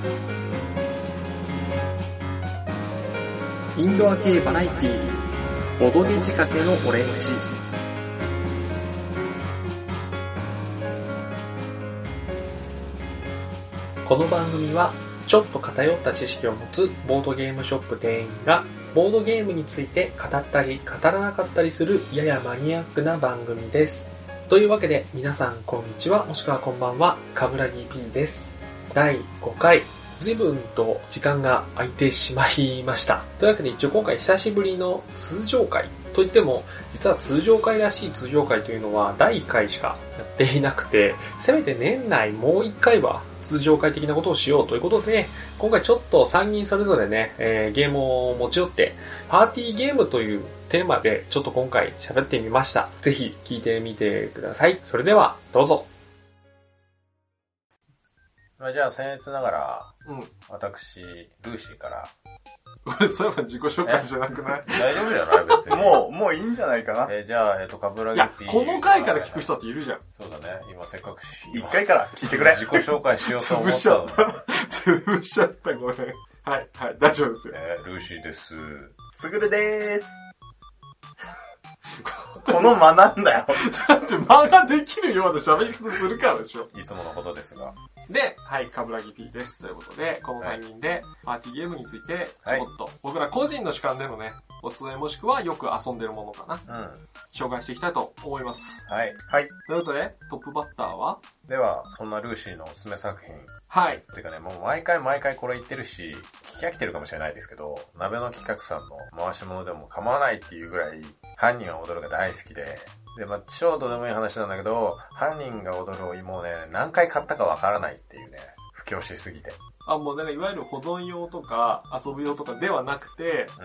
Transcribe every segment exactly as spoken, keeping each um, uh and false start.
インドア系バラエティー、ボドゲ仕掛けのオレンジ。この番組はちょっと偏った知識を持つボードゲームショップ店員がボードゲームについて語ったり語らなかったりするややマニアックな番組です。というわけで皆さんこんにちは、もしくはこんばんは、かぶらぎ P です。だいごかい、随分と時間が空いてしまいました。というわけで一応今回久しぶりの通常回といっても、実は通常回らしい通常回というのはだいいっかいしかやっていなくて、せめて年内もういっかいは通常回的なことをしようということで、今回ちょっとさんにんそれぞれね、えー、ゲームを持ち寄って、パーティーゲームというテーマでちょっと今回喋ってみました。ぜひ聞いてみてください。それではどうぞ。 じゃあ僭越ながら、 うん。 私、ルーシーから。 これそういえば自己紹介じゃなくない？ 大丈夫じゃない別に。 もう、もういいんじゃないかな。 えー、じゃあ、えっ、ー、と、かぶらいぎや、この回から聞く人っているじゃん。 そうだね。今せっかく一回から聞いてくれ。 自己紹介しようと思ったの。 潰しちゃった。潰しちゃった、ごめん。はい、はい、大丈夫ですよ。 えー、ルーシーです。 すぐるでーす。この間なんだよ。 だって間ができるような喋り方するからでしょ。 いつものことですが。 で、はい、かぶらぎ P です。ということで、このさんにんでパーティーゲームについて、ちょっと、僕ら個人の主観でのね、おすすめもしくはよく遊んでるものかな。うん。紹介していきたいと思います。 はい。 はい。 ということで、トップバッターはでは、そんなルーシーのおすすめ作品。 はい。 ていうかね、もう毎回毎回これ言ってるし、聞き飽きてるかもしれないですけど、鍋の企画さんの回し物でも構わないっていうぐらい、犯人は踊るが大好きで、で、まあ、超どうでもいい話なんだけど、犯人が踊るをもうね、何回買ったかわからないっていうね、布教しすぎて。 あ、もうなんかいわゆる保存用とか遊ぶ用とかではなくて、 うん。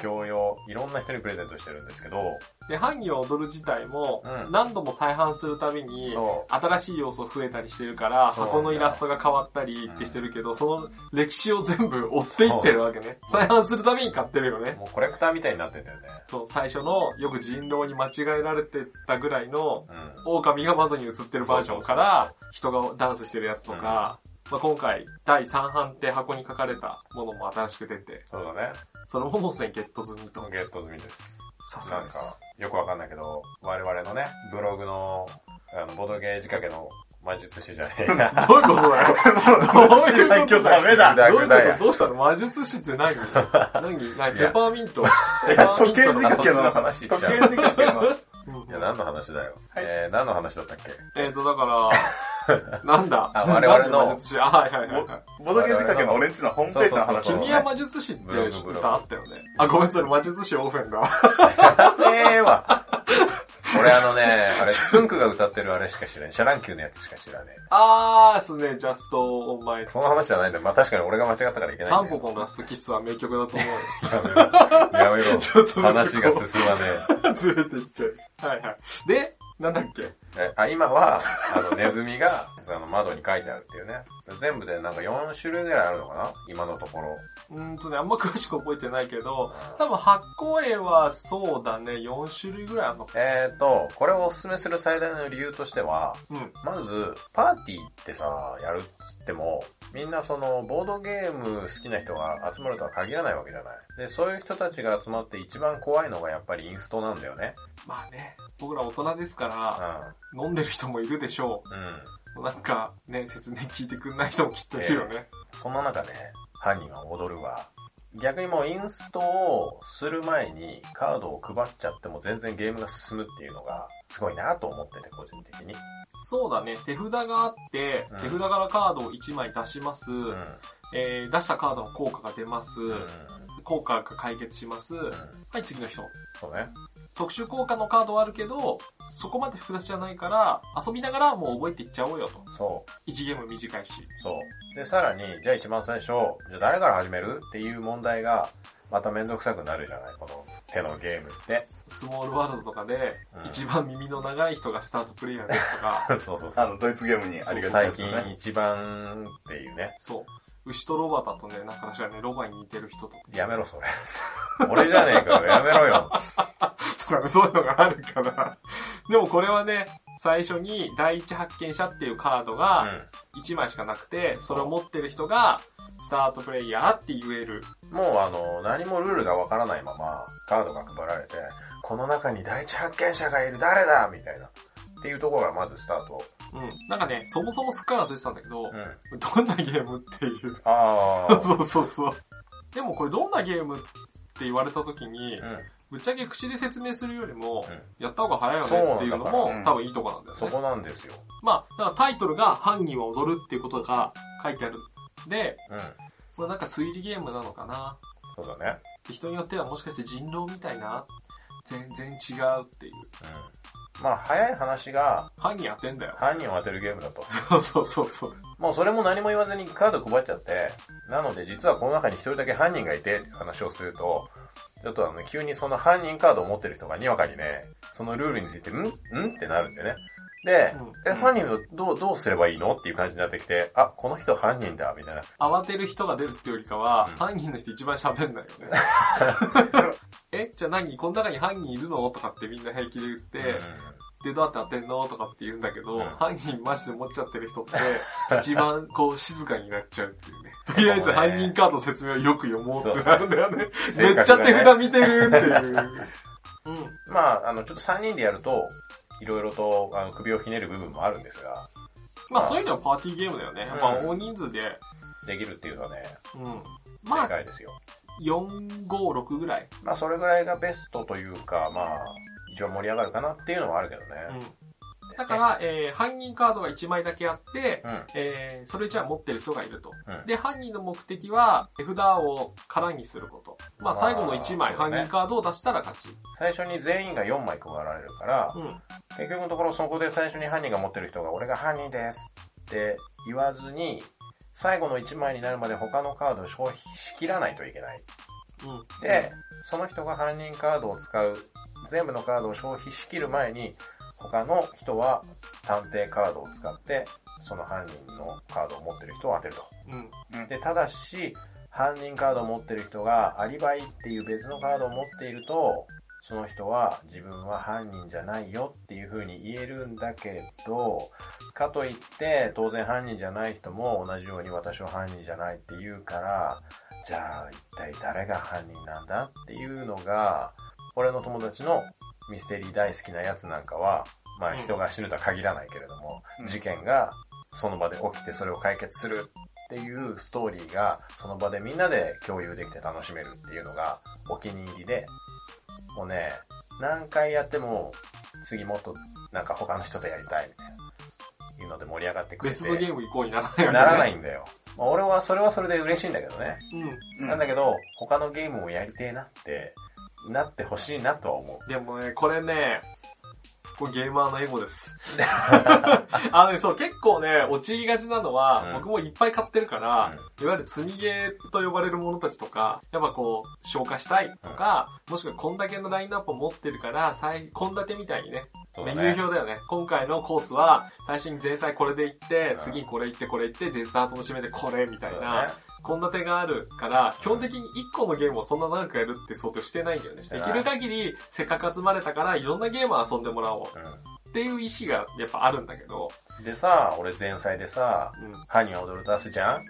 教養、いろんな人にプレゼントしてるんですけど、 で、犯人を踊る自体も、 うん、 何度も再販するたびに、新しい要素増えたりしてるから、箱のイラストが変わったりってしてるけど、うん、その歴史を全部追っていってるわけね。再販するたびに買ってるよね。 もうコレクターみたいになってんだよね。 そう、最初のよく人狼に間違えられてたぐらいの、うん、狼が窓に映ってるバージョンから、人がダンスしてるやつとか、うんまあ、今回、だいさん版って箱に書かれたものも新しく出て。 そうだね。 そのものすでにゲット済みと。 ゲット済みです。 さすがです。 なんか、よくわかんないけど、我々のね、ブログの、あの、ボドゲー仕掛けの魔術師じゃねえや。 どういうことだよ。どういうことダメだ。 どういうことどうしたの魔術師って何何何ペパーミント。ペパーミント時計仕掛けの話。 時計仕掛けの。 いや、何の話だよ。はい、えー、何の話だったっけ？ えーと、だから、なんだあ、我々の。 魔術師。あ、はいはいはい。 ボドゲ仕掛けの俺んちのホームページの話。 君は魔術師って歌あったよね。あ、ごめん、それ魔術師オーフェンだ。 知らねえわ。俺あのね、あれ、ツンクが歌ってるあれしか知らない。シャランキューのやつしか知らねえ。 あー、すね、ジャストオンマイ。 その話じゃないんだよ。まあ確かに俺が間違ったからいけないんだよ。 タンポポのラストキスは名曲だと思うよ。 やめろ。やめろ。 ちょっと話が進まねえ。ずれていっちゃう。はいはい。で、なんだっけえあ今は、あの、ネズミが、あの、窓に書いてあるっていうね。全部でなんかよん種類ぐらいあるのかな今のところ。 うーんとね、あんま詳しく覚えてないけど、多分発行絵はそうだね、よん種類ぐらいあるのか。 えーと、これをおすすめする最大の理由としては、 うん、 まず、パーティーってさ、やるっつっても、みんなその、ボードゲーム好きな人が集まるとは限らないわけじゃない。で、そういう人たちが集まって一番怖いのがやっぱりインストなんだよね。 まあね、僕ら大人ですから、うん、飲んでる人もいるでしょう。うん、なんか、ね、説明聞いてくんない人もきっといるよね。 えー、そんな中で、犯人は踊るわ。逆にもうインストをする前にカードを配っちゃっても全然ゲームが進むっていうのがすごいなと思ってて、個人的に。 そうだね。手札があって、うん、手札からカードをいちまい出します。うん、えー、出したカードの効果が出ます。うん、効果が解決します。うん、はい、次の人。 そうね。 特殊効果のカードはあるけど、そこまで複雑じゃないから、遊びながらもう覚えていっちゃおうよと。 そう。 いちゲーム短いし。 そう。で、さらに、じゃあ一番最初、じゃあ誰から始めるっていう問題が、まためんどくさくなるじゃないこの手のゲームって。 スモールワールドとかで、うん、一番耳の長い人がスタートプレイヤーですとか。 そうそうそう。あの、ドイツゲームにありがたいですね。最近一番っていうね。 そう。牛とロバだとね、なんか確かね、ロバに似てる人とか。 やめろ、それ。俺じゃねえからやめろよ。 かね、そういうのがあるから。でもこれはね、最初に第一発見者っていうカードがいちまいしかなくて、それを持ってる人がスタートプレイヤーって言える。 もうあの、何もルールがわからないままカードが配られて、この中に第一発見者がいる誰だみたいな。っていうところがまずスタート。 うん。なんかね、そもそもすっから忘れてたんだけど、うん、どんなゲームっていう。 ああ。 そうそうそう。でもこれどんなゲームって言われた時に、うん、ぶっちゃけ口で説明するよりも、うん、やった方が早いよねっていうのも、うん、多分いいとこなんだよね。 そこなんですよ。 まあ、だからタイトルが犯人は踊るっていうことが書いてある。で、うん、これなんか推理ゲームなのかな。 そうだね。 人によってはもしかして人狼みたいな、全然違うっていう。 うん、まあ、早い話が、 犯人当てんだよ。 犯人を当てるゲームだと。 そうそうそうそう。 もうそれも何も言わずにカード配っちゃって、なので実はこの中に一人だけ犯人がいてって話をすると、ちょっとあの、急にその犯人カードを持ってる人がにわかにね、そのルールについて、んんってなるんでね。で、うん、え、犯人をどう、どうすればいいのっていう感じになってきて、あ、この人犯人だ、みたいな。 慌てる人が出るっていうよりかは、うん、犯人の人一番喋んないよね。え、じゃあ何この中に犯人いるのとかってみんな平気で言って、うんで、どうやって当てんのとかって言うんだけど、うん、犯人マジで持っちゃってる人って、一番こう静かになっちゃうっていうね。とりあえず犯人カード説明をよく読もうってなるんだよね。めっちゃ手札見てるっていう。うん。 まあ、あの、ちょっとさんにんでやると、いろいろとあの首をひねる部分もあるんですが。 まあ、まあ、そういうのはパーティーゲームだよね。やっぱ大人数で。 できるっていうのはね。 うん。まあ、 正解ですよ。 よん、ご、ろくぐらい。 まあ、それぐらいがベストというか、まあ、一応盛り上がるかなっていうのはあるけどね。 うん、だから、えー、犯人カードがいちまいだけあって、うん、えー、それいちまい持ってる人がいると、うん。で、犯人の目的は、手札を空にすること。まあ、最後のいちまい、犯人カードを出したら勝ち。 最初に全員がよんまい配られるから、うん、結局のところそこで最初に犯人が持ってる人が、俺が犯人ですって言わずに、最後のいちまいになるまで他のカードを消費しきらないといけない。うん、で、その人が犯人カードを使う、全部のカードを消費しきる前に、他の人は探偵カードを使って、その犯人のカードを持ってる人を当てると。うん、で、ただし、犯人カードを持ってる人がアリバイっていう別のカードを持っていると、その人は自分は犯人じゃないよっていう風に言えるんだけど、かといって当然犯人じゃない人も同じように私は犯人じゃないって言うから、じゃあ一体誰が犯人なんだっていうのが、俺の友達のミステリー大好きなやつなんかは、まあ人が死ぬとは限らないけれども、うん、事件がその場で起きてそれを解決するっていうストーリーがその場でみんなで共有できて楽しめるっていうのがお気に入りで、もうね、何回やっても次もっとなんか他の人とやりたいみたいな。いうので盛り上がってくれて。 別のゲーム行こうにならないよね。 ならないんだよ。まあ、俺はそれはそれで嬉しいんだけどね。うん。なんだけど、他のゲームもやりてえなって、なってほしいなとは思う。 でもね、これね、これゲーマーのエゴです。あのね、そう、結構ね、陥りがちなのは、うん、僕もいっぱい買ってるから、うん、いわゆる積みゲーと呼ばれるものたちとか、やっぱこう、消化したいとか、うん、もしくはこんだけのラインナップを持ってるから、最、こんだけみたいにね、メニュー表だよね。今回のコースは、最初に前菜これで行って、うん、次にこれ行ってこれ行って、デザートの締めでこれみたいな、献立があるから、基本的にいっこのゲームをそんな長くやるって想定してないんだよね。できる限り、せっかく集まれたから、いろんなゲームを遊んでもらおう。うん、っていう意思がやっぱあるんだけど。 でさ、俺前菜でさ、うん、歯に踊る出すじゃん、うん、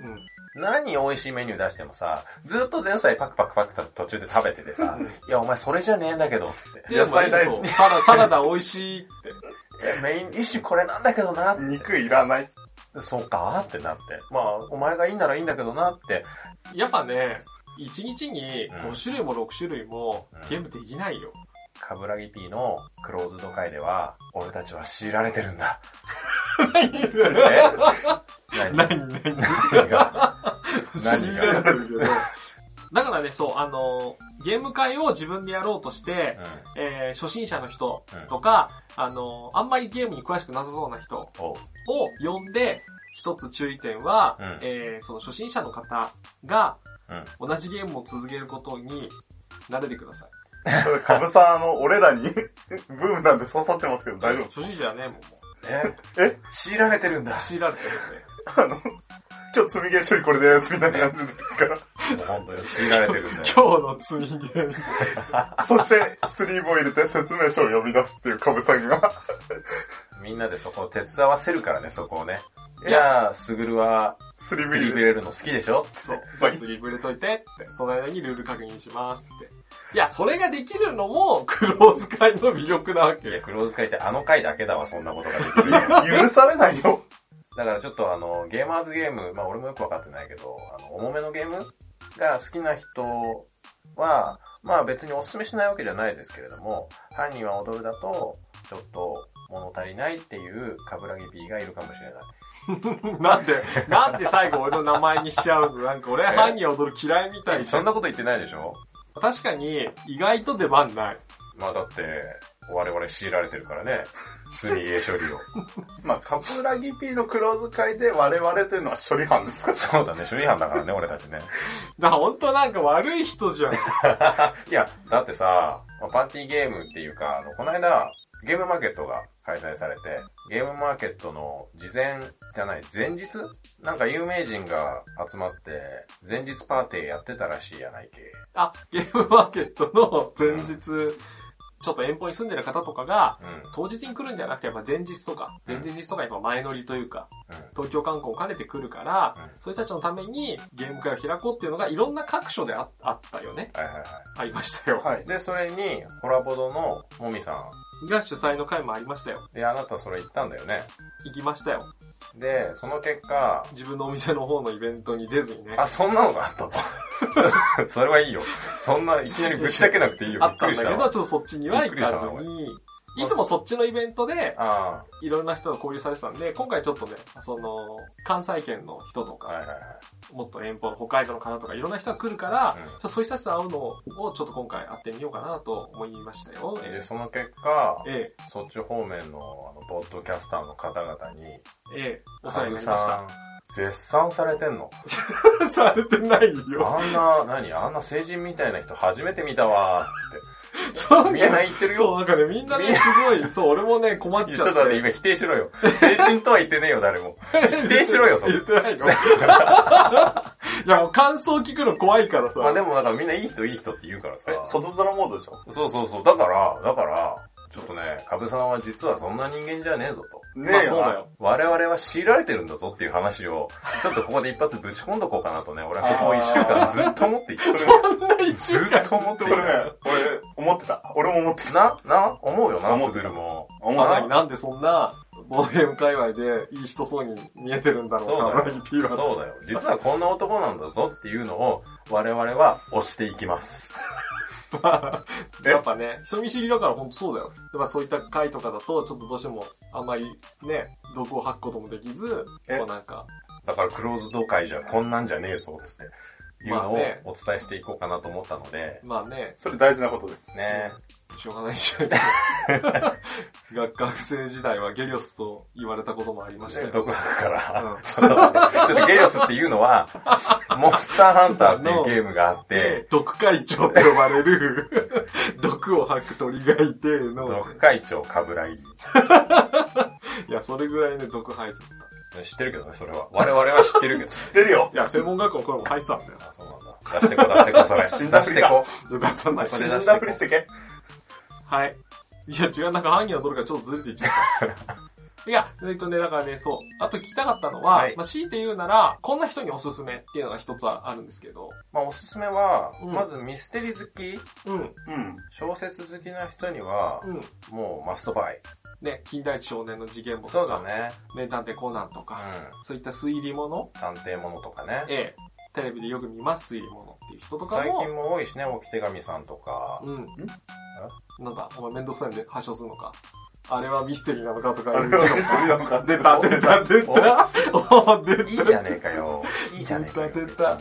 何美味しいメニュー出してもさ、ずっと前菜パクパクパク途中で食べててさ、いやお前それじゃねえんだけど、つって。 野菜大好き。サラ、サラダ美味しいって。 メインディッシュこれなんだけどなって。 肉いらない。 そうかってなって。まあ、お前がいいならいいんだけどなって。 やっぱね、いちにちにご種類もろく種類もゲームできないよ。 カブラギ P のクローズド会では、俺たちは強いられてるんだ。 何それ何何何何が何がだからね、そう、あの、ゲーム会を自分でやろうとして、うん、えー、初心者の人とか、うん、あの、あんまりゲームに詳しくなさそうな人を呼んで、一つ注意点は、うん、えー、その初心者の方が、同じゲームを続けることに慣れてください。 それ、かぶさん、あの、俺らに、ブームなんで刺さってますけど大丈夫？ 初心者はね、もう。 ええ強いられてるんだ。 強いられてるね。 あの、今日積みゲー処理これです、みたいな感じですから。 もう本当に強いられてるんだよ。 今日の積みゲーム。 そして、スリーブを入れて説明書を読み出すっていうカブさんが。 みんなでそこを手伝わせるからね、そこをね。いやー、スグルは、 スリースブ入れる。 リーブ入れるの好きでしょそう。じゃあスリーブ入れといてって、その間にルール確認しますって。いや、それができるのも、クローズ会の魅力なわけ。 いや、クローズ会ってあの回だけだわ、そんなことができる。 許されないよ。 だからちょっとあの、ゲーマーズゲーム、まあ俺もよくわかってないけど、あの、重めのゲームが好きな人は、まあ別にお勧めしないわけじゃないですけれども、犯人は踊るだと、ちょっと物足りないっていうカブラギ P がいるかもしれない。 なんで、なんで最後俺の名前にしちゃうの？なんか俺犯人踊る嫌いみたいに。 そんなこと言ってないでしょ？ 確かに、意外と出番ない。 まあだって、我々強いられてるからね。積みゲー処理を。 まあ、カブラギ P のクローズ会で我々というのは処理班ですか？ そうだね、処理班だからね、俺たちね。 だからほんとなんか悪い人じゃん。 いや、だってさ、パーティーゲームっていうか、あの、この間、ゲームマーケットが開催されて、ゲームマーケットの事前じゃない、前日なんか有名人が集まって、前日パーティーやってたらしいやないけ。 あ、ゲームマーケットの前日、うんちょっと遠方に住んでる方とかが、うん、当日に来るんじゃなくてやっぱ前日とか、うん、前々日とかやっぱ前乗りというか、うん、東京観光を兼ねて来るから、うん、そういう人たちのためにゲーム会を開こうっていうのがいろんな各所で あ, あったよね。 はいはいはい。 ありましたよ。 はい。で、それに、ホラボドのもみさんが主催の会もありましたよ。 で、あなたそれ行ったんだよね。 行きましたよ。 で、その結果、 自分のお店の方のイベントに出ずにね。 あ、そんなのがあったのそれはいいよ。そんないきなりぶっちゃけなくていいよ。 あったんだけど、ちょっとそっちには行かずに、いつもそっちのイベントで、いろんな人が交流されてたんで、今回ちょっとね、その、関西圏の人とか、はいはいはい、もっと遠方の北海道の方とかいろんな人が来るから、うん、そういう人たちと会うのをちょっと今回会ってみようかなと思いましたよ。 で、その結果、 ええ、 そっち方面のあの、ポッドキャスターの方々に、 ええ、お世話になりました。 絶賛されてんのされてないよ。 あんな、何あんな成人みたいな人初めて見たわーって。 そうみんな言ってるよ。 そう、なんかね、みんなね、すごい、そう、俺もね、困っちゃって。ちょっと待って、今否定しろよ。成人とは言ってねえよ、誰も。否定しろよ、それ。 言ってないよ。いや、もう感想聞くの怖いからさ。 まあでも、だからみんないい人いい人って言うからさ。 え、外空モードでしょ？ そうそうそう。だから、だから、ちょっとね、カブさんは実はそんな人間じゃねえぞと。 ねえよ。まあ、そうだよ。 我々は強いられてるんだぞっていう話を、ちょっとここで一発ぶち込んどこうかなとね、俺はここ一週間ずっと思っていた。 そんな一週間ずっと思っていた。 それね、俺、思ってた。俺も思ってた。 な、な、思うよな、すぐるも。 思うな。なんでそんな、ボードゲーム界隈でいい人そうに見えてるんだろうそうだよ。そうだよ。実はこんな男なんだぞっていうのを、我々は推していきます。 やっぱね、人見知りだからほんとそうだよ。やっぱそういった回とかだと、ちょっとどうしてもあんまりね、毒を吐くこともできず、こうなんか。 だからクローズド会じゃこんなんじゃねえぞつって、いうのをお伝えしていこうかなと思ったので。 まあね。 それ大事なことですね。 しょうがないし。学生時代はゲリオスと言われたこともありましたよ。 毒吐くから、うん、ちょっと待って、ちょっとゲリオスっていうのは、モンスターハンターっていうゲームがあって、 毒会長って呼ばれる、毒を吐く鳥がいての。 毒会長カブラギ。 いや、それぐらいね、毒吐いてた。知ってるけどね、それは。我々は知ってるけど。 知ってるよ。 いや、専門学校これも吐いてたんだよ。 あ、そうなんだ。出してこ、出してこ、それ。 死んだふりか。 出さない。 死んだふりしてけ。 はい。いや、違う、なんか犯人はどれかちょっとずれていっちゃった。いや、えっとね、だからね、そう。あと聞きたかったのは、はい、まあ、強いて言うなら、こんな人におすすめっていうのが一つはあるんですけど。 まあ、おすすめは、うん、まずミステリ好きうん。うん。 小説好きな人には、うん。もうマストバイ。 ね、金田一少年の事件簿とか。 そうだね。 名探偵コナンとか。うん。そういった推理物探偵物とかね。 ええ。テレビでよく見ます、推理物っていう人とかも。 最近も多いしね、置き手紙さんとか。 うん。んなんだ、お前めんどくさいんで発症するのか。あれはミステリーなのかとか言うのか。 出た、出た、出た。 お出た。いいじゃねえかよ。いいじゃねえかよ。 出た、出た。 はい、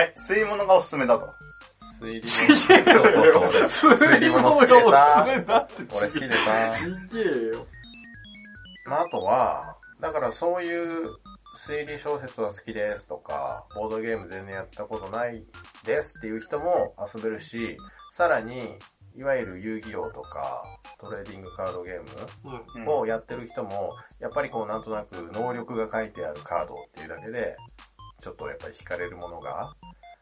推理物がおすすめだと。 推理物。そうそうそう。推理物好きでさ。俺好きでさ。 ちげえよ。 まあ、あとは、だからそういう推理小説は好きですとか、ボードゲーム全然やったことないですっていう人も遊べるし、さらに、いわゆる遊戯王とか、トレーディングカードゲームをやってる人も、やっぱりこうなんとなく能力が書いてあるカードっていうだけで、ちょっとやっぱり惹かれるものが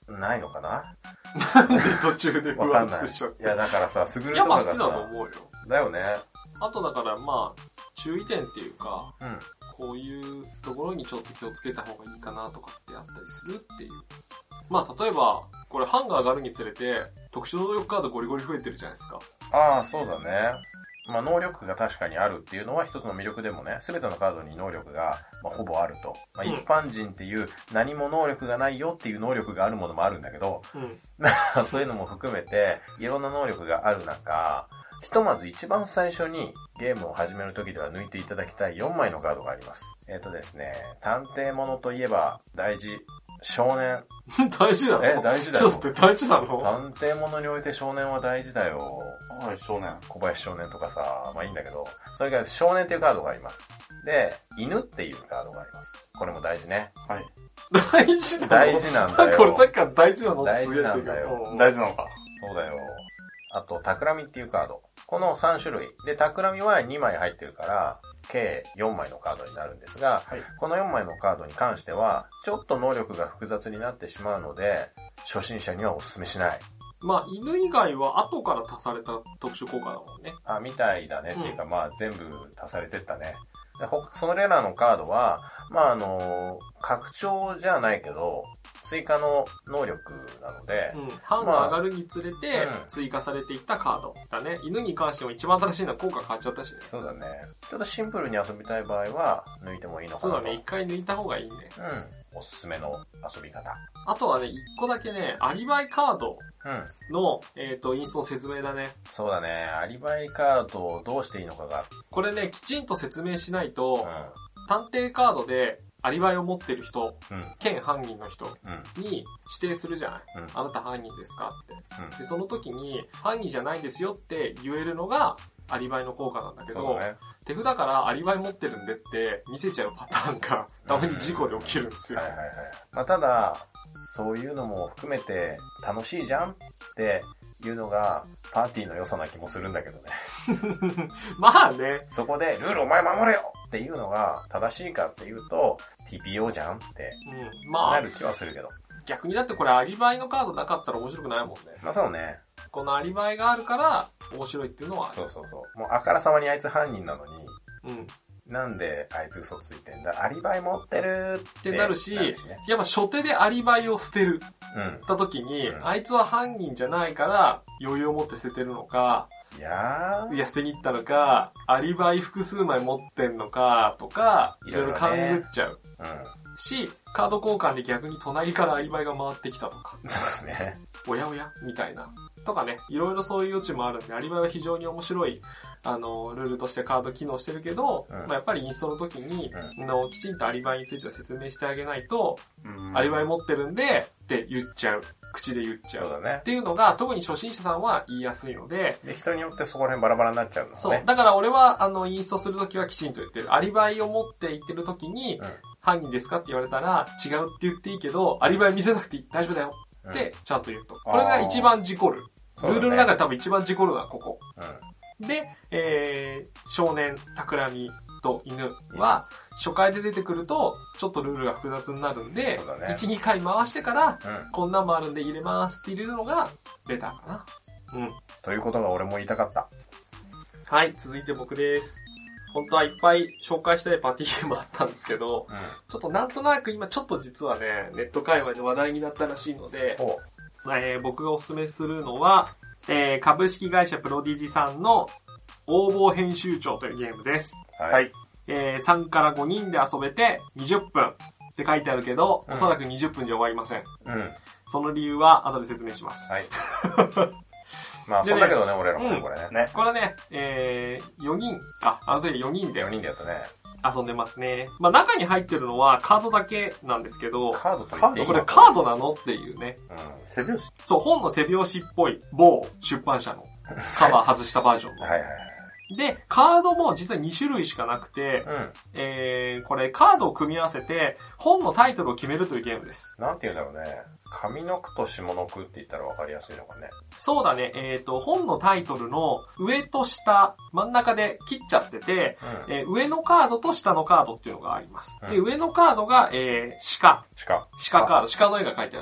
ないのかな。 なんで途中でわかんない。いや、だからさ、すぐるとかがさ。 いや、まあ好きだと思うよ。 だよね。 あとだからまあ、注意点っていうか、 うん、 こういうところにちょっと気をつけた方がいいかなとかってあったりするっていう。まあ、例えば、これ版が上がるにつれて、特殊能力カードゴリゴリ増えてるじゃないですか。 ああ、そうだね。まあ、能力が確かにあるっていうのは一つの魅力でもね、すべてのカードに能力が、まあ、ほぼあると。まあ、一般人っていう何も能力がないよっていう能力があるものもあるんだけど、うん、そういうのも含めて、いろんな能力がある中、ひとまず一番最初にゲームを始めるときでは抜いていただきたいよんまいのカードがあります。えっとですね、探偵物といえば大事、少年。 大事なの？ え、大事だよ。 ちょっと大事なの？ 探偵物において少年は大事だよ。 はい、少年。 小林少年とかさ、まあいいんだけど、それから少年っていうカードがあります。で、犬っていうカードがあります。これも大事ね。 はい。 大事なの？ 大事なんだよ。 これさっきから大事なの？ 大事なんだよ。 大事なのか。 そうだよ。あと、企みっていうカード。このさん種類。で、企みはにまい入ってるから、計よんまいのカードになるんですが、はい、このよんまいのカードに関しては、ちょっと能力が複雑になってしまうので、初心者にはお勧めしない。 まあ、犬以外は後から足された特殊効果だもんね。 あ、みたいだね。うん、っていうか、まあ、全部足されてったね。で、それらのカードは、まあ、あの、拡張じゃないけど、追加の能力なので、 うん。版が上がるにつれて、追加されていったカードだね。犬に関しても一番新しいのは効果変わっちゃったしね。 そうだね。ちょっとシンプルに遊びたい場合は、抜いてもいいのかなと。 そうだね。一回抜いた方がいいね。 うん。おすすめの遊び方。 あとはね、一個だけね、アリバイカードの、うん、えっと、インストの説明だね。 そうだね。アリバイカードをどうしていいのかが。 これね、きちんと説明しないと、うん、探偵カードで、アリバイを持ってる人、うん、兼犯人の人に指定するじゃない、うん、あなた犯人ですかって、うん、で、その時に犯人じゃないんですよって言えるのがアリバイの効果なんだけど、ね、手札からアリバイ持ってるんでって見せちゃうパターンがたまに事故で起きるんですよ。 はいはいはい。まあ、ただ、そういうのも含めて楽しいじゃんっていうのがパーティーの良さな気もするんだけどね。 まあね。 そこでルールお前守れよっていうのが正しいかっていうと ティーピーオー じゃんって、うん、まあ、なる気はするけど。 逆にだってこれアリバイのカードなかったら面白くないもんね。 まあそうね。 このアリバイがあるから面白いっていうのはある。 そうそうそう。もうあからさまにあいつ犯人なのに、うん。なんであいつ嘘ついてんだ、アリバイ持ってるってなるし、なるしね、やっぱ初手でアリバイを捨てる。うん。た時に、うん、あいつは犯人じゃないから余裕を持って捨ててるのか、 いやー。いや、捨てに行ったのか、アリバイ複数枚持ってんのか、とか、いろいろ勘ぐっちゃう。うん。し、カード交換で逆に隣からアリバイが回ってきたとか。 そうね。 おやおやみたいな。とかね、いろいろそういう余地もあるんで、アリバイは非常に面白い、あの、ルールとしてカード機能してるけど、うん、まあやっぱりインストの時に、うん、のきちんとアリバイについて説明してあげないと、うん、アリバイ持ってるんで、って言っちゃう。口で言っちゃう。 そうだね。 っていうのが、特に初心者さんは言いやすいので。 で、人によってそこら辺バラバラになっちゃうのね。 そう。だから俺は、あの、インストするときはきちんと言ってる。アリバイを持って言ってるときに、うん、犯人ですかって言われたら、違うって言っていいけど、アリバイ見せなくていい。大丈夫だよ。って、ちゃんと言うと。これが一番事故る。ルールの中で多分一番事故るのはここ。うん、で、えー、少年、企みと犬は、初回で出てくると、ちょっとルールが複雑になるんで、ね、いち、にかい回してから、うん、こんなんもあるんで入れますって入れるのが、ベターかな。うん。 ということが俺も言いたかった。 はい、続いて僕です。本当はいっぱい紹介したいパーティーゲームあったんですけど、うん、ちょっとなんとなく今ちょっと実はね、ネット界隈で話題になったらしいので、えー、僕がおすすめするのは、えー、株式会社プロディジさんの応募編集長というゲームです。 はい。 えー、さんからごにんで遊べてにじゅっぷんって書いてあるけど、うん、おそらくにじゅっぷんじゃ終わりません。うん。その理由は後で説明します。 はい。まあ、そうだけどね、俺らもね、これね。ね。 これね、えー、よにん、あ、あの時よにんで。 よにんでやったね。 遊んでますね。まあ中に入ってるのはカードだけなんですけど、 カードと言っていいの？ これカードなのっていうね。 うん。背表紙？ そう、本の背表紙っぽい某出版社のカバー外したバージョンの。 はいはいはい。 で、カードも実はに種類しかなくて、うん、えー、これカードを組み合わせて本のタイトルを決めるというゲームです。 なんて言うんだろうね。上の句と下の句って言ったら分かりやすいのかね。 そうだね。えっと、本のタイトルの上と下、真ん中で切っちゃってて、うん、えー、上のカードと下のカードっていうのがあります。うん、で、上のカードが、えー、鹿。 鹿。 鹿カード。鹿の絵が書いてあるんで。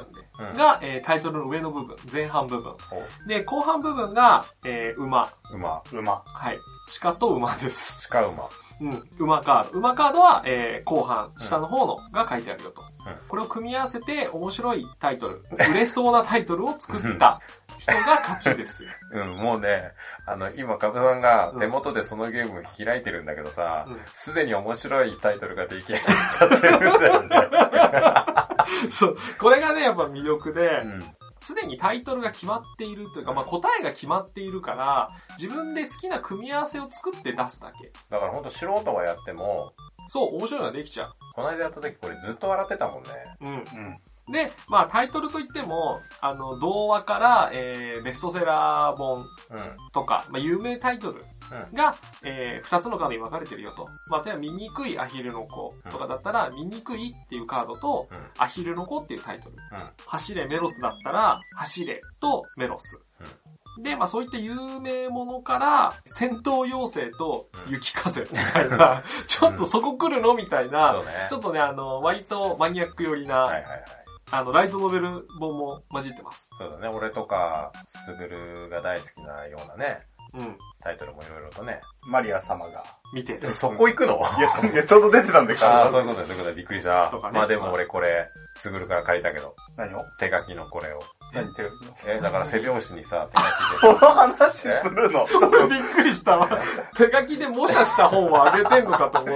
が、うん、えー、タイトルの上の部分、前半部分。で、後半部分が、えー、馬。 馬。 馬。 はい。鹿と馬です。 鹿馬。 うん。馬カード。馬カードは、えー、後半、下の方のが書いてあるよと。うん、これを組み合わせて面白いタイトル、売れそうなタイトルを作った人が勝ちですよ。 うん、もうね、あの、今、カブさんが手元でそのゲーム開いてるんだけどさ、す、うん、で、に面白いタイトルが出来上がっちゃってるんだよね。 そう。これがね、やっぱ魅力で、 うんすでにタイトルが決まっているというか、まあ、答えが決まっているから、自分で好きな組み合わせを作って出すだけ。 だからほんと素人がやっても、 そう、面白いのができちゃう。 この間やった時これずっと笑ってたもんね。 うん。うん。で、まあタイトルといっても、あの、童話から、えー、ベストセラー本とか、うん、まあ有名タイトルが、うん、えー、二つのカードに分かれてるよと。まあ、例えば見にくいアヒルの子とかだったら、うん、見にくいっていうカードと、うん、アヒルの子っていうタイトル。うん、走れメロスだったら、走れとメロス。うん、で、まあそういった有名ものから、戦闘妖精と雪風みたいな、うん、ちょっとそこ来るのみたいな、うんね、ちょっとね、あの、割とマニアック寄りな、はいはいはい、あの、ライトノベル本も混じってます。 そうだね、俺とか、スグルが大好きなようなね、 うん。 タイトルもいろいろとね。 マリア様が。 見てる。そこ行くのいや、いや、ちょうど出てたんだから。 ああ、そういうことだ、そういうことだ、びっくりした。ね、まあでも俺これ、スグルから借りたけど。 何を手書きのこれを。 何手書きのえ、だから背表紙にさ、手書きで。 その話するのちょっとびっくりしたわ。手書きで模写した本をあげてんのかと思って。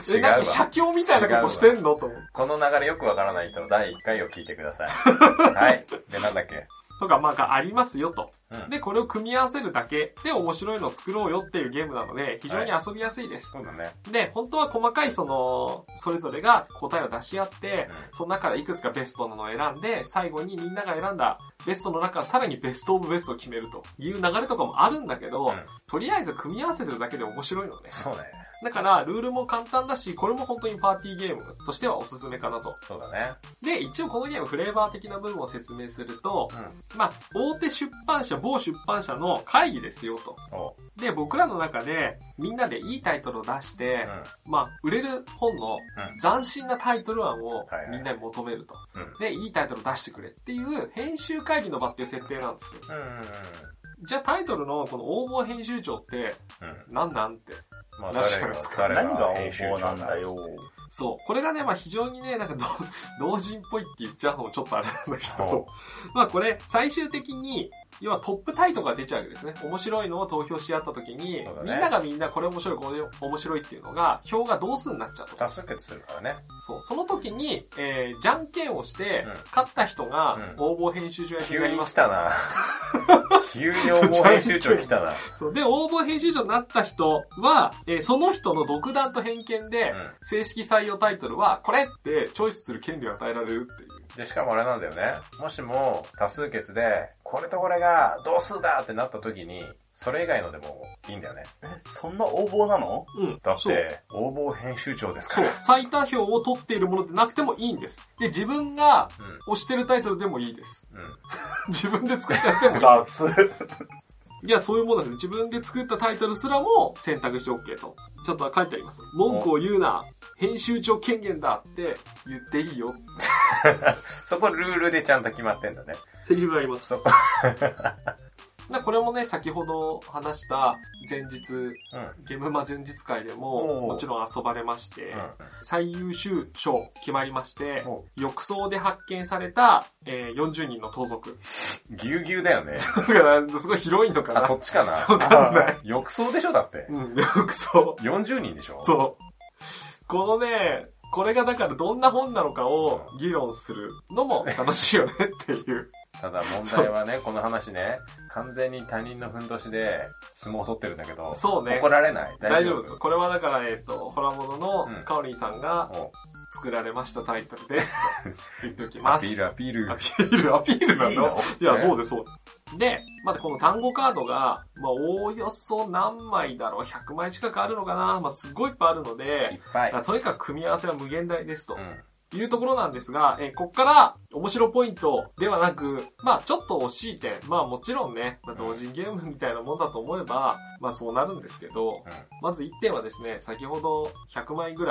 え、なんか写経みたいなことしてんのと思って。 この流れよくわからない人のだいいっかいを聞いてください。はい。で、なんだっけとか、まあ、ありますよと。うん、で、これを組み合わせるだけで面白いのを作ろうよっていうゲームなので、非常に遊びやすいです。 はい、そうだね。 で、本当は細かいその、それぞれが答えを出し合って、うん、その中からいくつかベストなのを選んで、最後にみんなが選んだベストの中からさらにベストオブベストを決めるという流れとかもあるんだけど、うん、とりあえず組み合わせてるだけで面白いのね。 そうね。 だから、ルールも簡単だし、これも本当にパーティーゲームとしてはおすすめかなと。 そうだね。 で、一応このゲームフレーバー的な部分を説明すると、うん、まあ、大手出版社、某出版社の会議ですよと。で、僕らの中で、みんなでいいタイトルを出して、うん、まあ、売れる本の斬新なタイトル案をみんなに求めると。うん、で、いいタイトルを出してくれっていう編集会議の場っていう設定なんですよ。うんうんうん、じゃあタイトルのこの応募編集長って、何なんて。 まあ、誰が、 何が応募なんだよ。 そう。これがね、まあ非常にね、なんか同人っぽいって言っちゃうのもちょっとあれなんだけど、まあこれ、最終的に、要はトップタイトルが出ちゃうわけですね。面白いのを投票し合った時に、ね、みんながみんなこれ面白い、これ面白いっていうのが、票が同数になっちゃうと。 多数決するからね。 そう。その時に、えー、じゃんけんをして、うん、勝った人が、応募編集長役になります。 急に来たな。急に応募編集長来たな。 そう。で、応募編集長になった人は、えー、その人の独断と偏見で、うん、正式採用タイトルは、これってチョイスする権利を与えられるっていう。 で、しかもあれなんだよね。もしも多数決で、これとこれが同数だってなった時に、それ以外のでもいいんだよね。 え、そんな応募なの？ うん。 だって、応募編集長ですから。 そう。最多票を取っているものでなくてもいいんです。で、自分が推してるタイトルでもいいです。うん。自分で作ったやつでもいい。 雑。 いや、そういうものなんです。自分で作ったタイトルすらも選択して OK と。ちょっと書いてあります。文句を言うな。編集長権限だって言っていいよ。 そこルールでちゃんと決まってんだね。 セリフがあります。これもね、先ほど話した前日、うん、ゲームマ前日会でももちろん遊ばれまして、うん、最優秀賞決まりまして、浴槽で発見された、えー、よんじゅうにんの盗賊。 ぎゅうぎゅうだよね。 だからすごい広いのかな。 あ、そっちかな。 わかんない。 浴槽でしょだって。 うん、浴槽。 よんじゅうにんでしょそう。このね、これがだからどんな本なのかを議論するのも楽しいよねっていう。 ただ問題はね、この話ね、完全に他人のふんどしで相撲を取ってるんだけど、 そうね。 怒られない？ 大丈夫です。これはだから、えっと、ホラモノのカオリンさんが作られましたタイトルです。と言っておきます。 アピール、アピール。 アピール、アピールなの？いや、そうです、そうです。で、まだこの単語カードが、まあ、おおよそ何枚だろう ?ひゃく 枚近くあるのかな。まあ、すごいいっぱいあるので、 いっぱい。 とにかく組み合わせは無限大ですと。うんいうところなんですが、えー、こっから面白ポイントではなく、まあちょっと惜しい点、まあもちろんね、まあ、同人ゲームみたいなもんだと思えば、まあそうなるんですけど、うん、まずいってんはですね、先ほどひゃくまいぐらい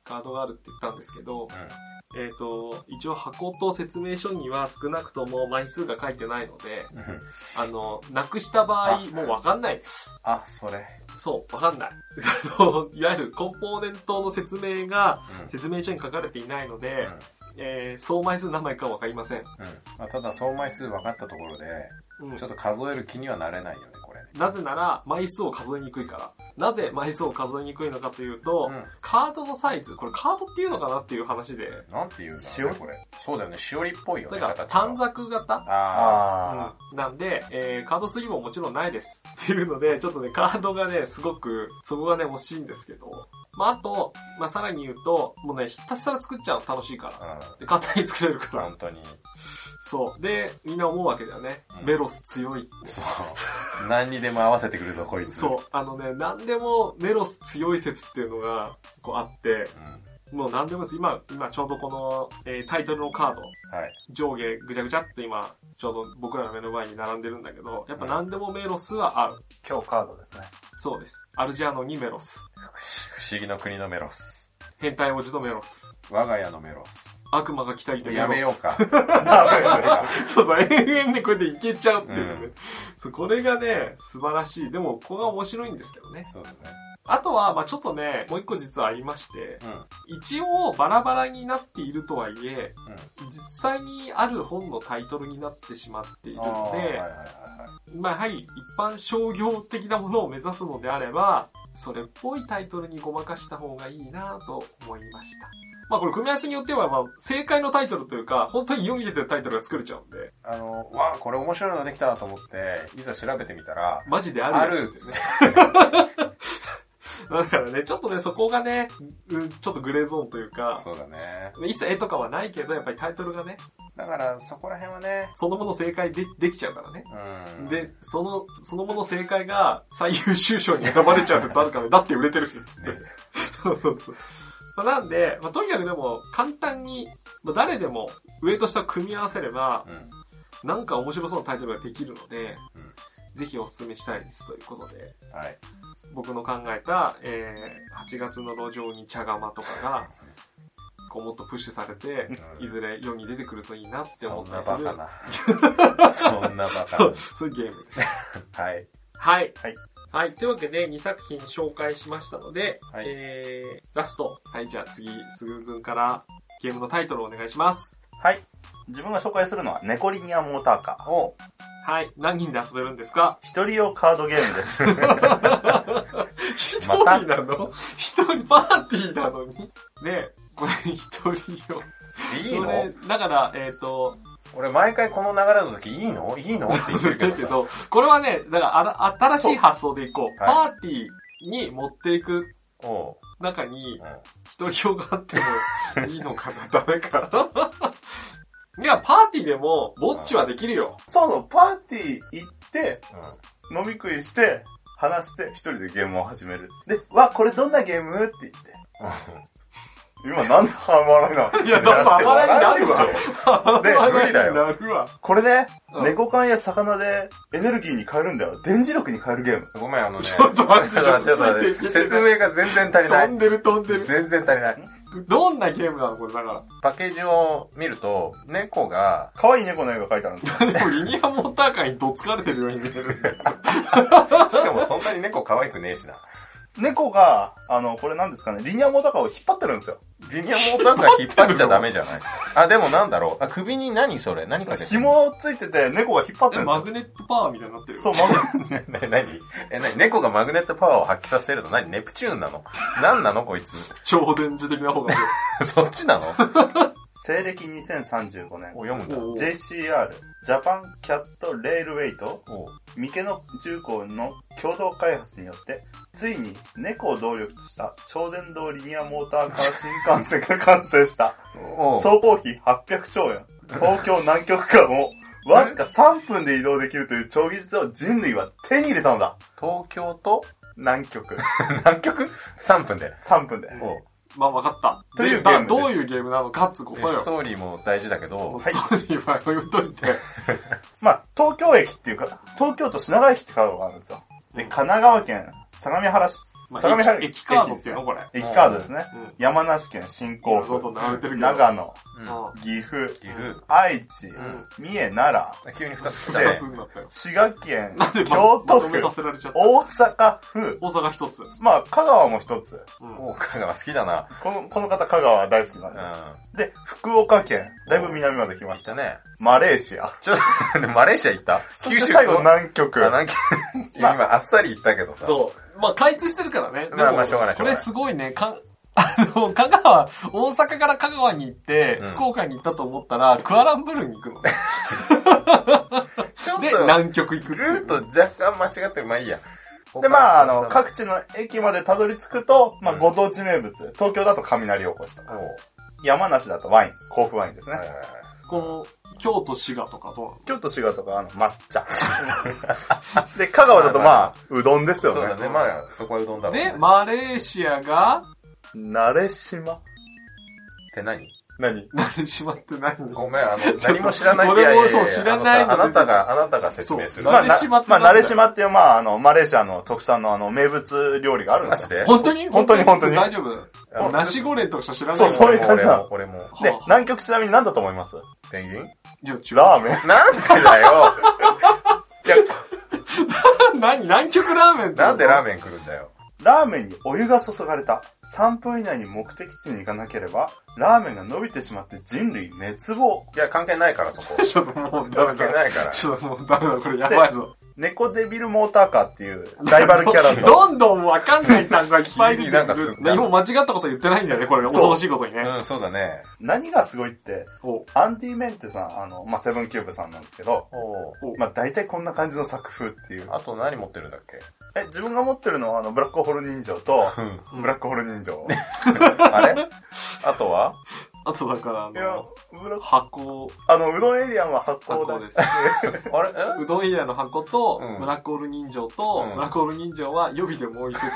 カードがあるって言ったんですけど、 うんえっと、一応箱と説明書には少なくとも枚数が書いてないので、あの、なくした場合、もうわかんないです。 あ、それ。 そう、わかんない。あの、いわゆるコンポーネントの説明が説明書に書かれていないので、うんえー、総枚数何枚かわかりません。うん。 まあ、ただ総枚数分かったところで、うん、ちょっと数える気にはなれないよね、これ。 なぜなら、枚数を数えにくいから。なぜ枚数を数えにくいのかというと、うん、カードのサイズ、これカードっていうのかなっていう話で。 なんていうんだろうね、これ。そうだよね、しおりっぽいよね。 だから短冊型あ、うん、なんで、えー、カードスリーももちろんないです。っていうので、ちょっとね、カードがね、すごく、そこがね、欲しいんですけど。まあ、あと、まあ、さらに言うと、もうね、ひたすら作っちゃうの楽しいから。うん、で、簡単に作れるから。 本当に。 そう。で、みんな思うわけだよね。うん、メロス強いって。 そう。何にでも合わせてくるぞ、こいつ。 そう。あのね、何でもメロス強い説っていうのが、こうあって、うん、もう何でもです。今、今ちょうどこの、えー、タイトルのカード、はい、上下ぐちゃぐちゃっと今、ちょうど僕らの目の前に並んでるんだけど、やっぱ何でもメロスは合う。 今日カードですね。 そうです。アルジアノにメロス。 不思議の国のメロス。 変態王子のメロス。 我が家のメロス。 悪魔が来たりとやめようか。 そうそう、永遠にこれでいけちゃうっていうね、うんそう。これがね、素晴らしい。でも、ここが面白いんですけどね。そうだね。あとは、まあちょっとね、もう一個実はありまして、うん、一応バラバラになっているとはいえ、うん、実際にある本のタイトルになってしまっているので、まあやはり一般商業的なものを目指すのであれば、それっぽいタイトルにごまかした方がいいなと思いました。まあこれ組み合わせによっては、まあ正解のタイトルというか、本当に読み出てるタイトルが作れちゃうんで。 あの、わあこれ面白いのできたなと思って、いざ調べてみたら、 マジであるやつってね。だからね、ちょっとね、そこがね、ちょっとグレーゾーンというか、 そうだね。 一切絵とかはないけど、やっぱりタイトルがね。 だから、そこら辺はね。 そのもの正解で、できちゃうからね。うん。で、その、そのもの正解が最優秀賞に選ばれちゃう説あるから、だって売れてるし、つって。ね、そうそうそう。まあ、なんで、まあ、とにかくでも、簡単に、まあ、誰でも上と下を組み合わせれば、うん、なんか面白そうなタイトルができるので、うん、ぜひお勧めしたいですということで。はい。僕の考えた、えー、はちがつの路上に茶釜とかが、こうもっとプッシュされて、うん、いずれ世に出てくるといいなって思ったりする。 そんなバカな。そんなバカな。 そういうゲームです。 はい。 はい。はい。はい。というわけで、にさく品紹介しましたので、はい、えー、ラスト。はい、じゃあ次、すぐくんからゲームのタイトルをお願いします。 はい。自分が紹介するのは、ネコリニアモーターカー。おはい。何人で遊べるんですか？ 一人用カードゲームです。 一人なの？一人パーティーなのにねえ、これ一人用。 いいの？ だから、えっと、 俺毎回この流れの時、いいのいいのって言ってるけど。 けどこれはね、だからあ新しい発想でいこう。はい、パーティーに持っていく中に、一人用があってもいいのかな？ダメかないや、パーティーでも、ぼっちはできるよ。 そうそう、パーティー行って、うん、飲み食いして、話して、一人でゲームを始める。で、わ、これどんなゲームって言って。今なんでハマらないの？ いや、だからハマらないになるわ。 で、 無理だよ。 なるわ。 これね、うん、猫缶や魚でエネルギーに変えるんだよ。電磁力に変えるゲーム。 ごめん、あのね。 ちょっと待って、ちょっと待って。 説明が全然足りない。 飛んでる飛んでる。 全然足りない。 どんなゲームなのこれだから。 パッケージを見ると、猫が、 可愛い猫の絵が描いてあるんですよ。 でもリニアモーターカーにどつかれてるように見える。しかもそんなに猫可愛くねえしな。 猫が、あの、これなんですかね、リニアモーターカーを引っ張ってるんですよ。 リニアモーターカー引っ張っちゃダメじゃないあ、でもなんだろう。あ、首に何それ何かけてる紐ついてて猫が引っ張ってるんですよ。 マグネットパワーみたいになってる。 そう、マグネット。何え、何猫がマグネットパワーを発揮させてるの何ネプチューンなの何なのこいつ。 超電磁的な方が。 そっちなの西暦にせんさんじゅうごねん。 お、読むんだ。 ジェイシーアール、ジャパンキャットレールウェイと、三毛野重工の共同開発によって、ついに猫を動力とした超電導リニアモーターカー新幹線が完成した。総工費はっぴゃくちょうえん。東京南極間をわずかさんぷんで移動できるという超技術を人類は手に入れたのだ。 東京と南極。 南極 ?さんぷんで。 さんぷんで。 まあ分かった。 というゲームどういうゲームなのかっつことよ。 ストーリーも大事だけど。 ストーリーは言うといて。 まあ、東京駅っていうか、東京都品川駅ってカードがあるんですよ。で、神奈川県相模原市まあ、 相模原駅、駅カードっていうのこれ。 駅カードですね。 うん。 山梨県新興どんどん府、 並べてるけど。 長野、 うん。 岐阜、 岐阜。 愛知、 うん三重、奈急に二つ来でたね二つ。になったよ。 良、滋賀県、 なんで京ま都とめさ府、 せられちゃった。 大阪府、 大阪一つ。 まあ、香川も一つ。 うん。 お香川好きだな。 この、この方香川大好きなんうで。で、福岡県、だいぶ南まで来ん。 ました。 来たね。 マレーシア。 ちょっと、マレーシア行ったそして最後南極。 あ、南極。今あっさり言ったけどさ。 そう。まあ、開通してるからね。 まあまあしょうがないしょうがないこれすごいね、かん、あの、香川、大阪から香川に行って、 うん福岡に行ったと思ったら、クアランブルーに行くのね。で、 ちょっと、 南極行くっていうルート若干間違ってる。まあいいや。 で、まあ、あの、各地の駅までたどり着くと、まあ、 うんご当地名物。東京だと雷おこしとか。 おう山梨だとワイン、甲府ワインですね。 はいはいはい。 この、京都、滋賀とかどうなの京都、滋賀とか、あの、抹茶。で、香川だとまあ、うどんですよね。 そうだね。まあ、そこはうどんだろうね。 で、マレーシアが、 なれしまって何何なれしまって何ごめん、あの、 ちょっと何も知らない俺もいやいやいやそう知らないのあのさあなたが、あなたが説明する。 そうまあ、 なれしまってまあ、 なんだよなれしまっていう、まあ、あの、マレーシアの特産のあの、名物料理があるんですよ。 マジで本当に本当に本当に大丈あの夫ナシゴレンとかしか知らないそうそういう感じなの俺も、俺も。 で、南極ちなみに何だと思いますペンギンいや、違う。 ラーメン。 なんでだよいや、 何南極ラーメンってなんでラーンメン来るんだよ。 ラーメンにお湯が注がれた。さんぷん以内に目的地に行かなければ、ラーメンが伸びてしまって人類滅亡。 いや、関係ないから、そこ。 ちょっともうダ関メだ。 係ないから。 ちょっともうダメだ、これやばいぞ。 猫デビルモーターカーっていうライバルキャラと、 どんどんわかんない単語がいっぱい出てなんかすくる。何も間違ったこと言ってないんだよね、これ。恐ろしいことにね。 うん、そうだね。 何がすごいって、 おアンディ・メンテさん、あの、まあ、セブンキューブさんなんですけど、 おうまあ、大体こんな感じの作風っていう。 あと何持ってるんだっけえ、自分が持ってるのはあの、ブラックホール人形と、 うん。 ブラックホール人形。 あれあとはあとだから、あいやの、、 ブラック、 箱、 あの、うどんエリアンは発酵だ箱です。 あれえうどんエリアの箱と、 うんブラックホール人形と、 うんブラックホール人形は予備でもう一つ。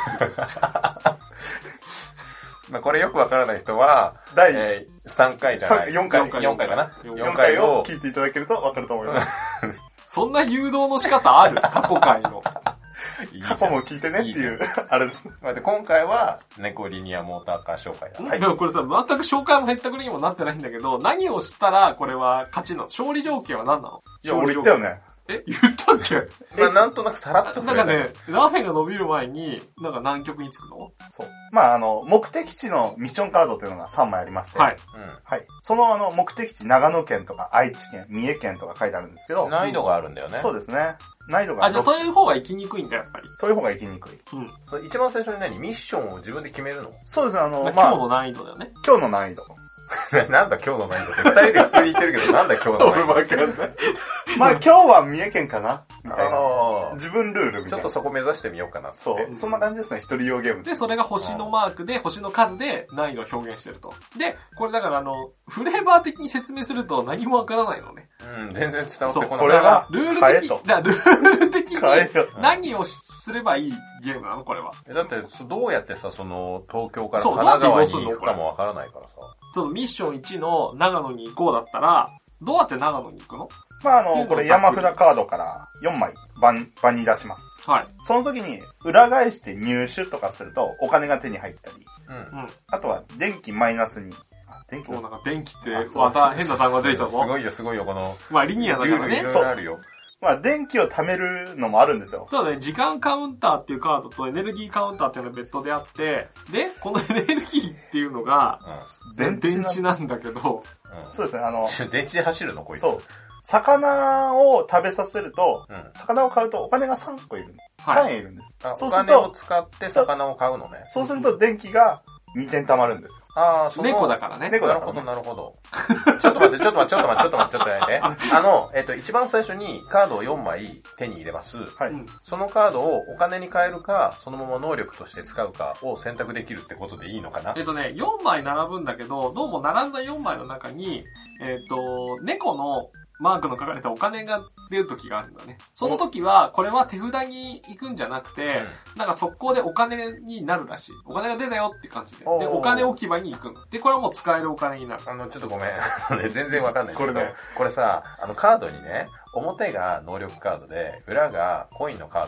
まあこれよくわからない人は、 第えー、さんかいじゃない。 よんかい、 よんかいかな。 よんよんよんかいを、 かいを聞いていただけるとわかると思います。 そんな誘導の仕方ある過去回の。 いいじゃん過去も聞いてねっていう、あれです。 まあで今回は、猫リニアモーターカー紹介だ。 はいでもこれさ、全く紹介も減ったくりにもなってないんだけど、何をしたらこれは勝ちなの？勝利条件は何なの？ いや、俺言ったよね。 え、言ったっけ？ まあなんとなくさらっとなんかね、ラーメンが伸びる前に、なんか南極に着くの？ そう。まあ、あの、目的地のミッションカードというのがさんまいありまして、 はい。 はい。そのあの、目的地、長野県とか愛知県、三重県とか書いてあるんですけどうん。、難易度があるんだよね。 そうですね。難易度があ、じゃあろく遠い方が行きにくいんだ、やっぱり。 遠い方が行きにくい。 うん。 そう一番最初に何ミッションを自分で決めるのそうですね、あの、 まあ、 まあ、 今日の難易度だよね。 今日の難易度。 なんだ今日の難易度って。二人で普通に言ってるけど、なんだ今日の難易度かんない。 まあ今日は三重県かなみたいな。 あ自分ルールみたいな。 ーちょっとそこ目指してみようかなって。 そう。そんな感じですね、一人用ゲーム。 で、それが星のマークで、星の数で難易度を表現してると。で、これだからあの、フレーバー的に説明すると何もわからないのね。 うん、全然伝わってこそうない。 これはルール的変えとに、だからルール的に変えよ。 何をすればいいゲームなのこれは。 えだって、そどうやってさ、その、東京からそう神奈川にどうやって移動するの行くかもわからないからさ。 そのミッションいちの長野に行こうだったら、どうやって長野に行くの？ まああの、これ山札カードからよんまい番、番に出します。 はい。 その時に裏返して入手とかするとお金が手に入ったり、 うん。 うん。 あとは電気マイナスに、あ、電気もうマイナスなんか電気ってまた変な単語が出てきたぞ。 すごいよ、すごいよ、この、 まあリニアだからねルールいろ。いろあるよ。 まあ電気を貯めるのもあるんですよ。 そうだね、時間カウンターっていうカードとエネルギーカウンターっていうのが別途であって、で、このエネルギーっていうのが、電電池な池なんだけど、 うん。 そうですね、あの、 うん。電池で走るのこいつ。 そう。魚を食べさせると、 うん。 魚を買うとお金がさんこいる。 はい。 さんえんいるんです。 あ、おそうすると金を使って魚を買うのね。 そうすると電気がにてん貯まるんですよ。 ああ、その猫だからね。 なるほど、 猫だからね。 なるほど。ちょっと待って、ちょっと待って、ちょっと待って、ちょっと待って、ちょっと待って。あの、えっと、一番最初にカードをよんまい手に入れます。 はい。 うんそのカードをお金に変えるか、そのまま能力として使うかを選択できるってことでいいのかなえっとね、よんまい並ぶんだけど、どうも並んだよんまいの中に、えっと、猫のマークの書かれたお金が出る時があるんだね。その時は、これは手札に行くんじゃなくて、なんか速攻でお金になるらしい。お金が出たよって感じで。で、 おーお金置き場に行くの。で、これはもう使えるお金になる。 あの、ちょっとごめん。あのね全然わかんないんだけど。 これねこれさ、あの、カードにね、表が能力カードで、裏がコインのカード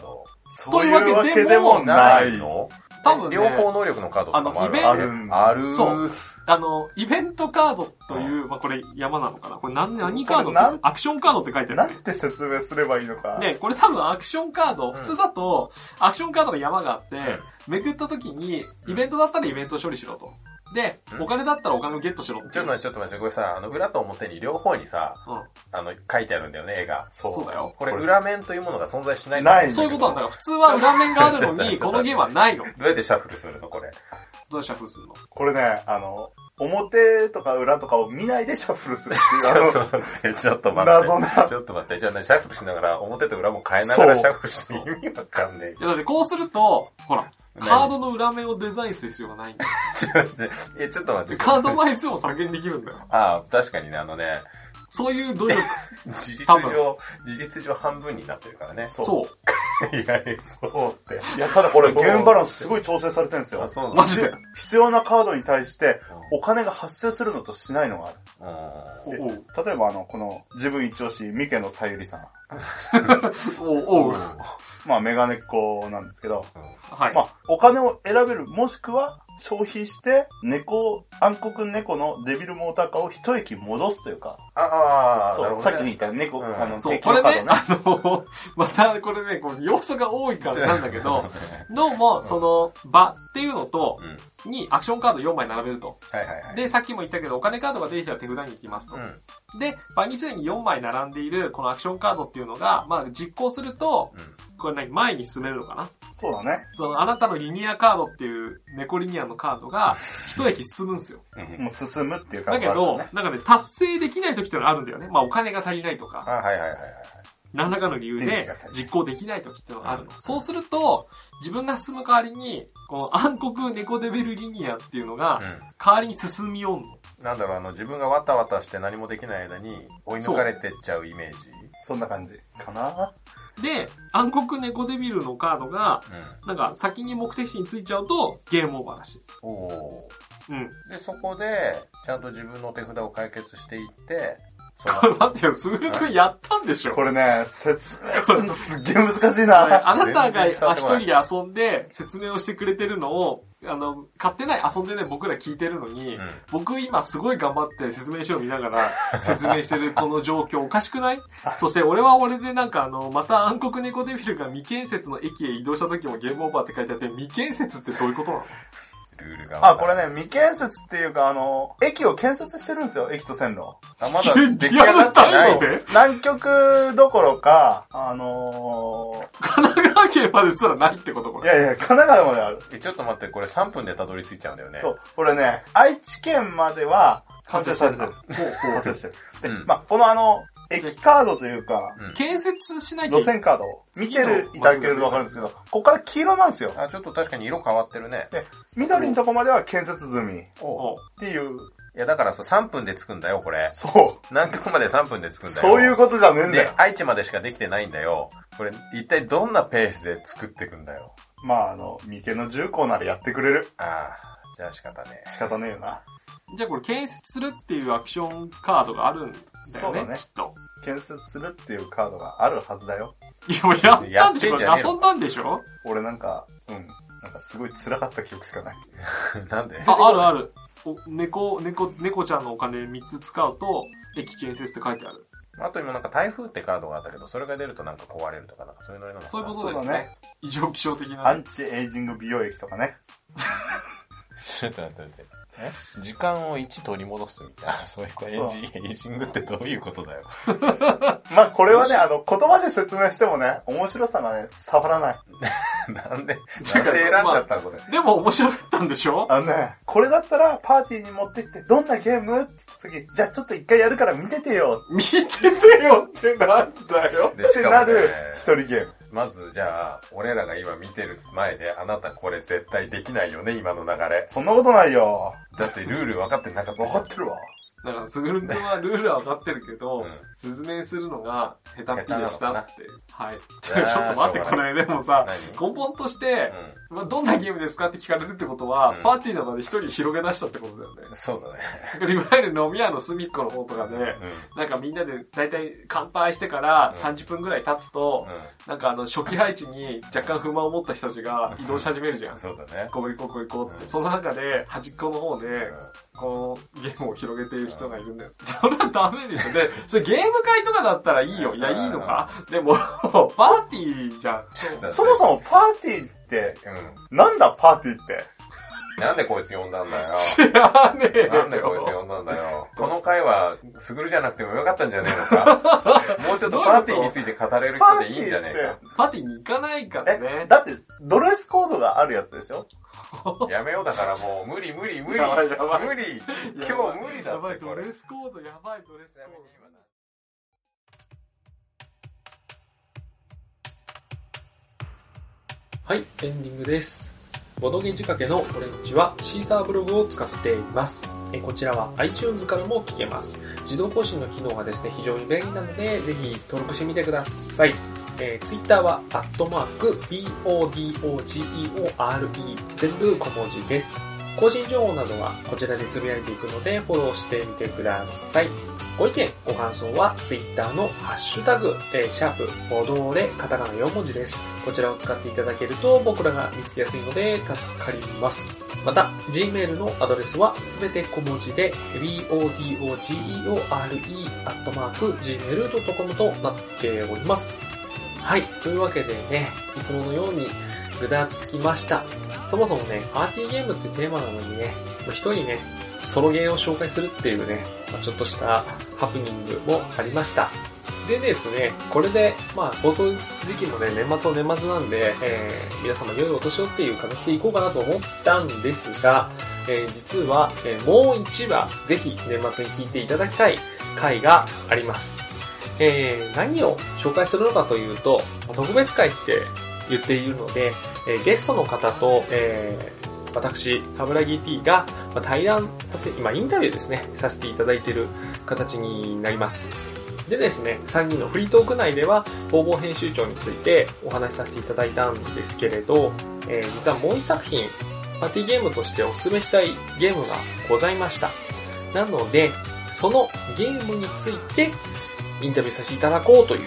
そういうわけでもないの？ 多分、ね、両方能力のカードとかもある。 ある。 ある。 そう。あの、イベントカードという、うん、まあ、これ山なのかなこれ何、何カードってアクションカードって書いてある、ね。 なんて説明すればいいのか。 ね、これ多分アクションカード、普通だと、アクションカードの山があって、うん、めくった時に、イベントだったらイベントを処理しろと。で、お金だったらお金をゲットしろって。 ちょっと待って、ちょっと待って、これさ、あの、裏と表に両方にさ、うん、あの、書いてあるんだよね、絵が。 そう。そうだよ。 これ裏面というものが存在しないんだよ。ない。そういうことなんだから、普通は裏面があるのに、このゲームはないの。 どうやってシャッフルするのこれ。 どうやってシャッフルするのこれね、あの、表とか裏とかを見ないでシャッフルするっていう。 ちょっと待って、ちょっと待って。謎な。ちょっと待って、じゃあね、シャッフルしながら表と裏も変えながらシャッフルして意味わかんねえ。 いやだってこうすると、ほら、カードの裏面をデザインする必要がないんだよ。 ちょっと待って、え、ちょっと待って。 カード枚数も削減できるんだよ。 ああ、確かにね、あのね、 そういう努力。 事実上、事実上半分になってるからね。 そう。そういや、そうって。 いや、ただこれゲームバランスすごい調整されてるんですよ。 あ、そうなんマジで。 必要なカードに対してお金が発生するのとしないのがある。うん、例えばあの、この自分一押し、三毛のさゆりさん。 おおう。 まあメガネっ子なんですけど、 はい。 まあお金を選べる、もしくは消費して、猫、暗黒猫のデビルモーターカーを一駅戻すというか。 ああ、 そう、 ね、 さっきに言った猫、うん、あの、 そう、これね、あの、またこれね、こう要素が多いからなんだけど、どうも、その、場っていうのと、にアクションカードよんまい並べると。 はいはいはい。 で、さっきも言ったけど、お金カードが出てきたら手札に行きますと。うん、で、場に常によんまい並んでいる、このアクションカードっていうのが、まあ、実行すると、うん、これ何前に進めるのかな？ そうだね。 その、あなたのリニアカードっていう、猫リニアのカードが、一駅進むんですよ。 もう進むっていうか、 だけど、なんかね、達成できない時っていうのがあるんだよね。まあ、お金が足りないとか。 あ、はいはいはいはい。 何らかの理由で実行できない時っていうのがあるの。そうすると、自分が進む代わりに、この暗黒猫デベルリニアっていうのが、代わりに進みよんの。 なんだろう、あの、自分がわたわたして何もできない間に追い抜かれてっちゃうイメージ。 そんな感じかな。 で、暗黒猫デビルのカードが、うん、なんか先に目的地に着いちゃうとゲームオーバーらしい。 おー。 うん。 で、そこで、ちゃんと自分の手札を解決していって、 これ待ってよ、すぐるくんやったんでしょこれね、説明するのすっげえ難しいな。 あなたが一人で遊んで説明をしてくれてるのを、あの、買ってない、遊んでね、僕ら聞いてるのに、うん、僕今すごい頑張って説明書を見ながら説明してるこの状況おかしくない？そして俺は俺でなんかあの、また暗黒猫デビルが未建設の駅へ移動した時もゲームオーバーって書いてあって、未建設ってどういうことなの？ ルールが。 あ、これね、未建設っていうか、あの、駅を建設してるんですよ、駅と線路。 あ、まだ出来上がってないので南極どころか、あのー、神奈川県まですらないってことこれ。 いやいや、神奈川まである。 え、ちょっと待って、これさんぷんでたどり着いちゃうんだよね。 そう、これね、愛知県までは完成されてる。完成してる。で、うん、まあ、このあの、駅カードというか、 うん、建設しなきゃ路線カードを見てるいただけるとわかるんですけど、ここから黄色なんですよ。 あ、ちょっと確かに色変わってるね。 で、緑のとこまでは建設済み。っていう。 いや、だからさ、さんぷんで着くんだよ、これ。 そう。 南極までさんぷんで着くんだよ。 そういうことじゃねえんだよ。 で、愛知までしかできてないんだよ。これ、一体どんなペースで作っていくんだよ。 まあ、あの、三毛の重工ならやってくれる。 ああ、じゃあ仕方ねえ。 仕方ねえよな。 じゃあこれ建設するっていうアクションカードがあるんだよね、そうだねきっと。 建設するっていうカードがあるはずだよ。 いや、もうやったんでしょ？遊んだんでしょ？ 俺なんか、うん。なんかすごい辛かった記憶しかない。 なんで？ あ、あるある。お猫、猫、猫ちゃんのお金みっつ使うと、駅建設って書いてある。 あと今なんか台風ってカードがあったけど、それが出るとなんか壊れるとかなんかそういうのなのかな。 そういうことですね。異常気象的な、ね。 アンチエイジング美容液とかね。 ちょっと待って待って。え時間をいち取り戻すみたいな。そういうこと。エイジングってどういうことだよ。 まあこれはね、あの、言葉で説明してもね、面白さがね、伝わらない。 なんで、なんで選んじゃったのこれ、まあ。でも面白かったんでしょ？ あのね、これだったらパーティーに持ってきて、どんなゲームって時、じゃあちょっと一回やるから見ててよ。 見ててよってなんだよ。 で、ってなる一人ゲーム。 まずじゃあ、俺らが今見てる前で、あなたこれ絶対できないよね、今の流れ。 そんなことないよ。 だってルール分かってなかった。 分かってるわ。 だから、すぐるくんはルールは分かってるけど、 うん、 説明するのが下手っぴでしたって。はい。ちょいやーっと待って、これでもさ、 何根本として、 うまあ、どんなゲームですかって聞かれるってことは、 うんパーティーの中で一人広げ出したってことだよね。 ん。そうだね。 いわゆる飲み屋の隅っこの方とかで、 うん。 なんかみんなで大体乾杯してからうんさんじゅっぷんぐらい経つと、 うなんかあの初期配置に若干不満を持った人たちが移動し始めるじゃんん。。そうだね。 ここ行こうここ行こうって。 うんその中で端っこの方で、このゲームを広げている人がいるんだよ。それはダメでしょ。で、それゲーム会とかだったらいいよ。いや、いいのかでも、パーティーじゃん。 そもそもパーティーって、 うん。 なんだパーティーって。 なんでこいつ呼んだんだよ。 知らねえよ。 なんでこいつ呼んだんだよ。この回は、すぐるじゃなくてもよかったんじゃねえのか。もうちょっとパーティーについて語れる人でいいんじゃねえパーティーに行かないからえ、 ね。 だって、ドレスコードがあるやつでしょ？ か。やめようだからもう、無理無理無理。 やばいやばい無理。今日無理だやばい、 ってこれ。 ドレスコード、やばい、ドレスコード。 はい、エンディングです。ボドゲ仕掛けのオレンジはシーサーブログを使っています。えこちらは iTunes からも聞けます。自動更新の機能がですね、非常に便利なので、ぜひ登録してみてください。えー、Twitter は、アットマーク、ボドゲ、全部小文字です。更新情報などはこちらでつぶやいていくので、フォローしてみてください。ご意見、ご感想は Twitter のハッシュタグ、えー、シャープ、ボドレ、カタカナよん文字です。こちらを使っていただけると僕らが見つけやすいので助かります。また、Gmail のアドレスはすべて小文字で、ボドゲ、アットマーク、ジーメールドットコム となっております。はい。というわけでね、いつものようにぐだつきました。そもそもね、パーティーゲームってテーマなのにね、一人ね、ソロゲーを紹介するっていうね、まあ、ちょっとしたハプニングもありました。でですね、これで、まあ、放送時期もね、年末の年末なんで、えー、皆様良いお年をっていう形でいこうかなと思ったんですが、えー、実は、えー、もう一話、ぜひ年末に聞いていただきたい回があります。えー、何を紹介するのかというと、特別会って言っているので、えー、ゲストの方と、えー、私、田村 ギーティー が、まあ、対談させ、今インタビューですね、させていただいている形になります。でですね、さんにんのフリートーク内では、応募編集長についてお話しさせていただいたんですけれど、えー、実はもう一作品、パーティーゲームとしてお勧めしたいゲームがございました。なので、そのゲームについてインタビューさせていただこうという。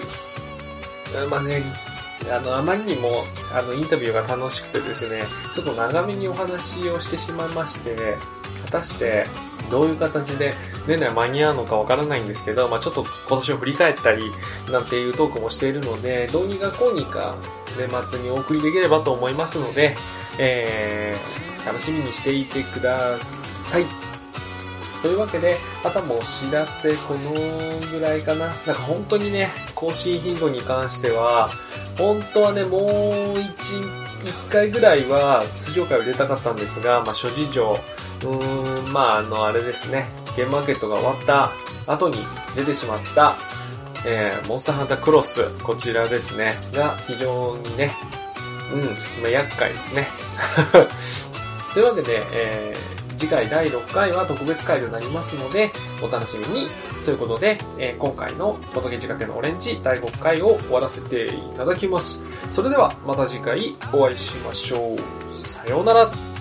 まあね、あの、あまりにも、あの、インタビューが楽しくてですね、ちょっと長めにお話をしてしまいまして、果たして、どういう形で年内間に合うのかわからないんですけど、まあちょっと今年を振り返ったり、なんていうトークもしているので、どうにかこうにか年末にお送りできればと思いますので、えー、楽しみにしていてください。というわけで、あともお知らせこのぐらいかな。なんか本当にね、更新頻度に関しては、本当はね、もう一、一回ぐらいは通常回を入れたかったんですが、まあ諸事情、うーん、まああの、あれですね、ゲームマーケットが終わった後に出てしまった、えー、モンスターハンタークロス、こちらですね、が非常にね、うん、まあ厄介ですね。というわけで、えー、次回だいろっかいは特別回となりますので、お楽しみに。ということで、えー、今回のボトゲ仕掛けのオレンジだいごかいを終わらせていただきます。それではまた次回お会いしましょう。さようなら。